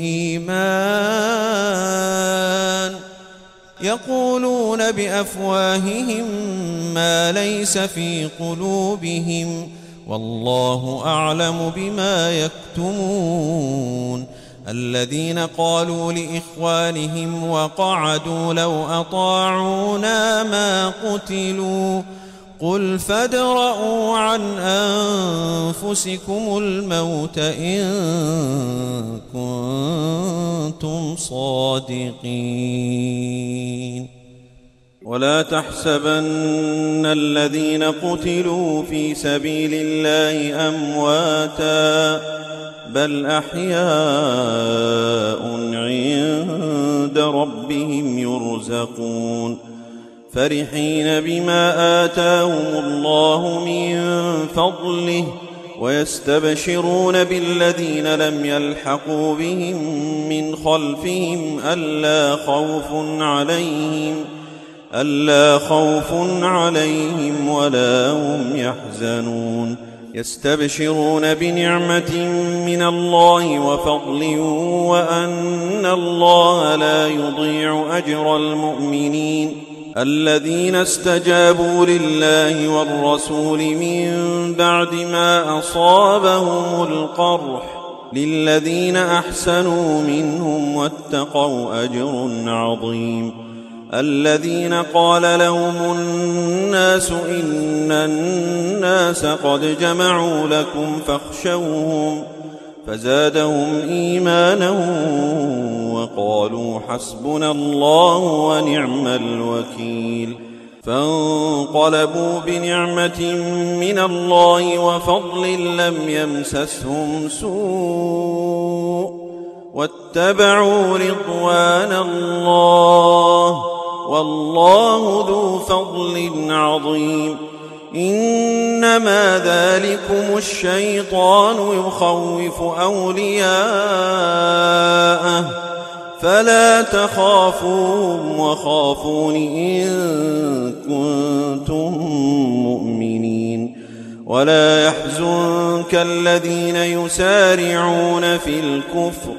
للإيمان يقولون بأفواههم ما ليس في قلوبهم والله أعلم بما يكتمون الذين قالوا لإخوانهم وقعدوا لو أطاعونا ما قتلوا قل فادرءوا عن أنفسكم الموت إن كنتم صادقين ولا تحسبن الذين قتلوا في سبيل الله أمواتا بل أحياء عند ربهم يرزقون فرحين بما آتاهم الله من فضله ويستبشرون بالذين لم يلحقوا بهم من خلفهم ألا خوف عليهم ألا خوف عليهم ولا هم يحزنون يستبشرون بنعمة من الله وفضل وأن الله لا يضيع أجر المؤمنين الذين استجابوا لله والرسول من بعد ما أصابهم القرح للذين أحسنوا منهم واتقوا أجر عظيم الذين قال لهم الناس إن الناس قد جمعوا لكم فاخشوهم فزادهم إيمانا وقالوا حسبنا الله ونعم الوكيل فانقلبوا بنعمة من الله وفضل لم يمسسهم سوء واتبعوا رضوان الله والله ذو فضل عظيم إنما ذلكم الشيطان يخوف أولياءه فلا تخافوهم وخافون إن كنتم مؤمنين ولا يحزنك الذين يسارعون في الكفر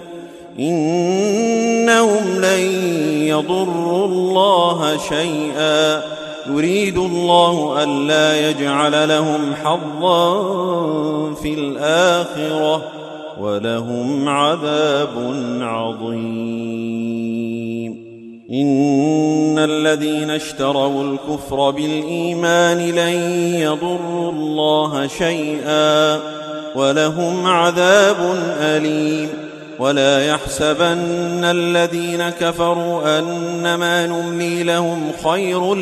إنهم لن يضروا الله شيئا يريد الله ألا يجعل لهم حظا في الآخرة ولهم عذاب عظيم إن الذين اشتروا الكفر بالإيمان لن يضروا الله شيئا ولهم عذاب أليم ولا يحسبن الذين كفروا أنما نملي لهم خير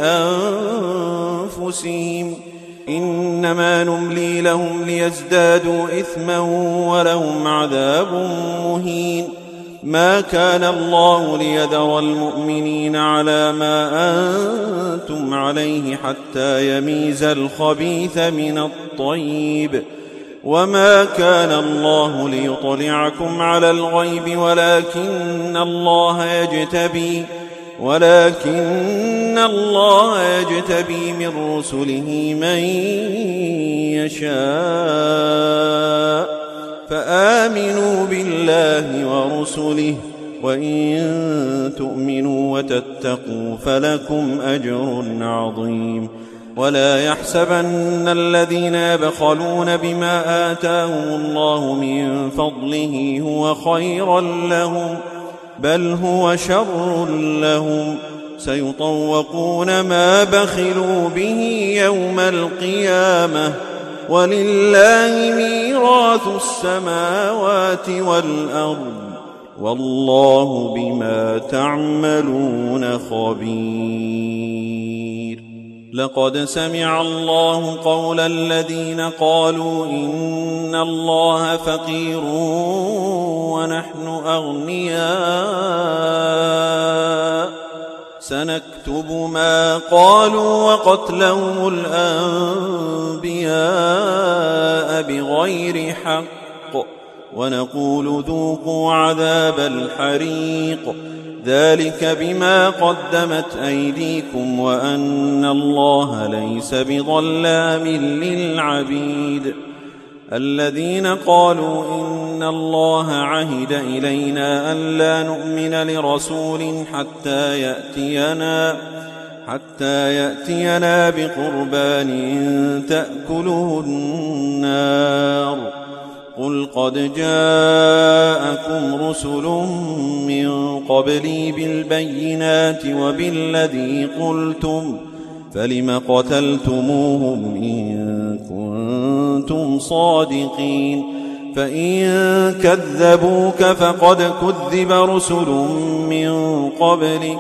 لأنفسهم إنما نملي لهم ليزدادوا إثما ولهم عذاب مهين ما كان الله ليذر المؤمنين على ما أنتم عليه حتى يميز الخبيث من الطيب، وما كان الله ليطلعكم على الغيب ولكن الله يجتبي ولكن الله يجتبي من رسله من يشاء، فآمنوا بالله ورسله، وإن تؤمنوا وتتقوا فلكم أجر عظيم. ولا يحسبن الذين يبخلون بما آتاهم الله من فضله هو خيرا لهم، بل هو شر لهم، سيطوقون ما بخلوا به يوم القيامة، ولله ميراث السماوات والأرض، والله بما تعملون خبير. لقد سمع الله قول الذين قالوا إن الله فقير ونحن أغنياء، سنكتب ما قالوا وقتلهم الأنبياء بغير حق، ونقول ذوقوا عذاب الحريق، ذلك بما قدمت أيديكم وأن الله ليس بظلام للعبيد. الذين قالوا إن الله عهد إلينا ألا نؤمن لرسول حتى يأتينا حتى يأتينا بقربان تأكله النار، قل قد جاءكم رسل من قبلي بالبينات وبالذي قلتم، فلم قتلتموهم إن كنتم صادقين، فإن كذبوك فقد كذب رسل من قبلك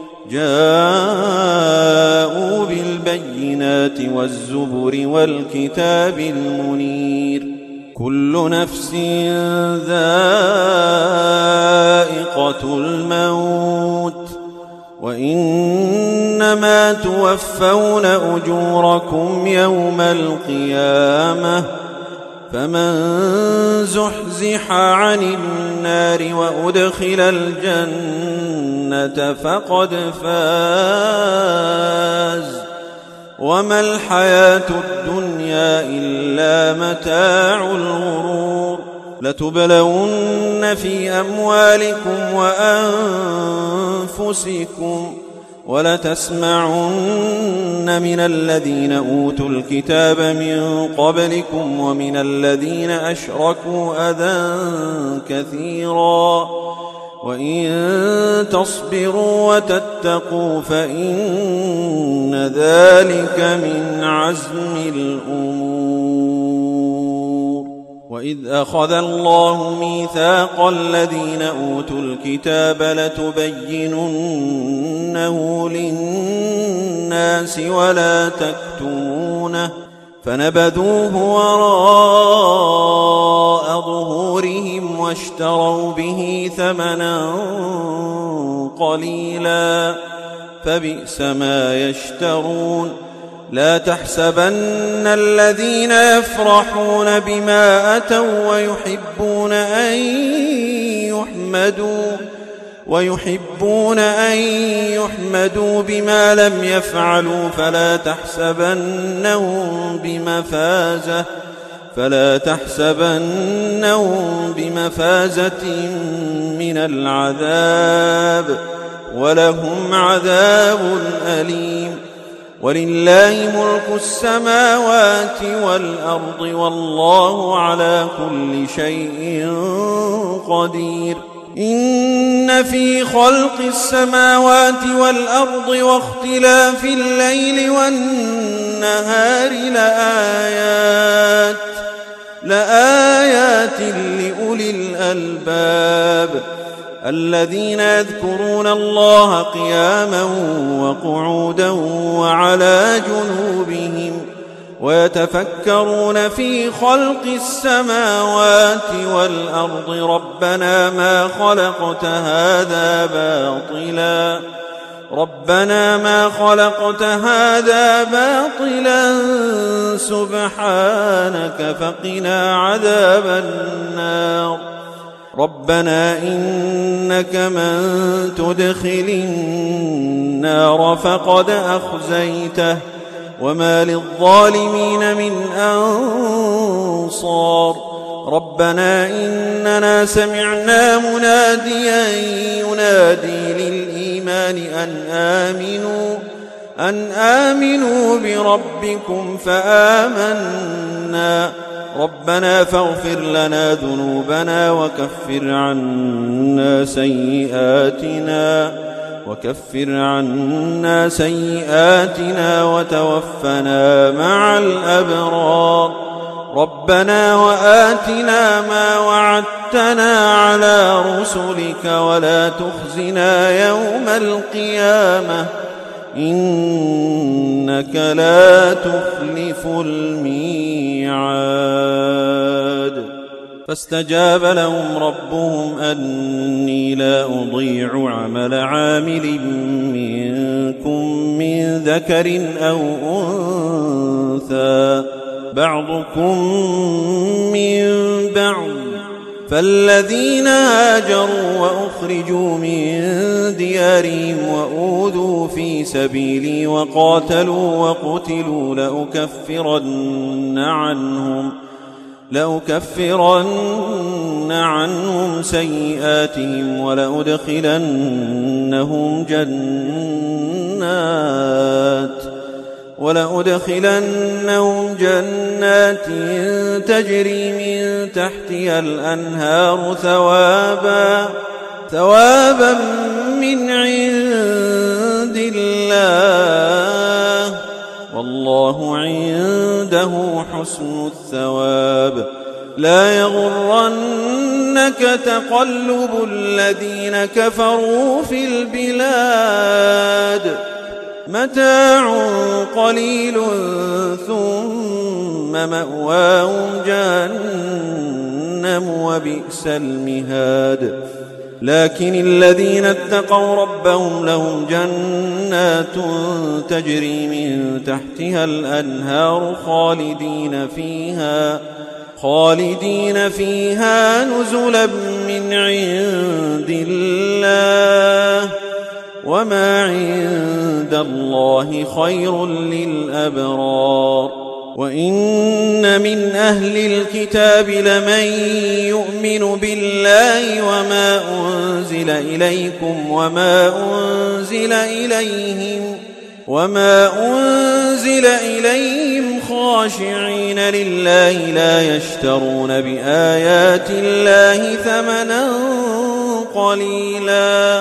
جاءوا بالبينات والزبر والكتاب المنير، كل نفس ذائقة الموت، وإنما توفون أجوركم يوم القيامة، فمن زحزح عن النار وأدخل الجنة فقد فاز، وما الحياة الدنيا إلا متاع الغرور. لتبلون في أموالكم وأنفسكم ولتسمعن من الذين أوتوا الكتاب من قبلكم ومن الذين أشركوا أذى كثيرا، وإن تصبروا وتتقوا فإن ذلك من عزم الأمور. وإذ أخذ الله ميثاق الذين أوتوا الكتاب لتبيننه للناس ولا تكتمونه، فنبذوه وراء ظهورهم واشتروا به ثمنا قليلا، فبئس ما يشترون. لا تحسبن الذين يفرحون بما أتوا ويحبون أن يحمدوا ويحبون أن يحمدوا بما لم يفعلوا فلا تحسبنهم بمفازة فلا تحسبنهم بمفازة من العذاب، ولهم عذاب أليم. ولله ملك السماوات والأرض، والله على كل شيء قدير. إن في خلق السماوات والأرض واختلاف الليل والنهار لآيات لآيات لأولي الألباب، الذين يذكرون الله قياما وقعودا وعلى جنوبهم ويتفكرون في خلق السماوات والأرض ربنا ما خلقت هذا باطلا ربنا ما خلقت هذا باطلا سبحانك فقنا عذاب النار ربنا إنك من تدخل النار فقد أخزيته وما للظالمين من أنصار ربنا إننا سمعنا مناديا ينادي للإيمان أن آمنوا أن آمنوا بربكم فآمنا ربنا فاغفر لنا ذنوبنا وكفر عنا سيئاتنا وكفر عنا سيئاتنا وتوفنا مع الأبرار ربنا وآتنا ما وعدتنا على رسلك ولا تخزنا يوم القيامة إنك لا تخلف الميعاد فاستجاب لهم ربهم أني لا أضيع عمل عامل منكم من ذكر أو أنثى بعضكم من بعض فالذين هاجروا وأخرجوا من ديارهم وأوذوا في سبيلي وقاتلوا وقتلوا لأكفرن عنهم لأكفرن عنهم سيئاتهم ولأدخلنهم جنات ولأدخلنهم جنات تجري من تحتها الأنهار ثوابا ثوابا من عند الله والله عنده حسن الثواب لا يغرنك تقلب الذين كفروا في البلاد متاع قليل ثم مأواهم جهنم وبئس المهاد لكن الذين اتقوا ربهم لهم جنات تجري من تحتها الأنهار خالدين فيها خالدين فيها نزلا من عند الله وما عند الله خير للأبرار وإن من أهل الكتاب لمن يؤمن بالله وما أنزل إليكم وما أنزل إليهم وما أنزل إليهم خاشعين لله لا يشترون بآيات الله ثمنا قليلا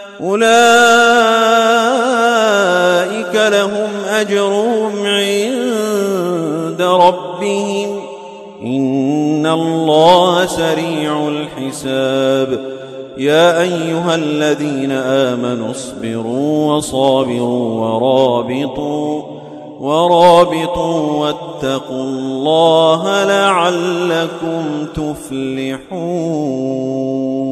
أولئك لهم أجرهم عند ربهم إن الله سريع الحساب يا أيها الذين آمنوا اصبروا وصابروا ورابطوا ورابطوا واتقوا الله لعلكم تفلحون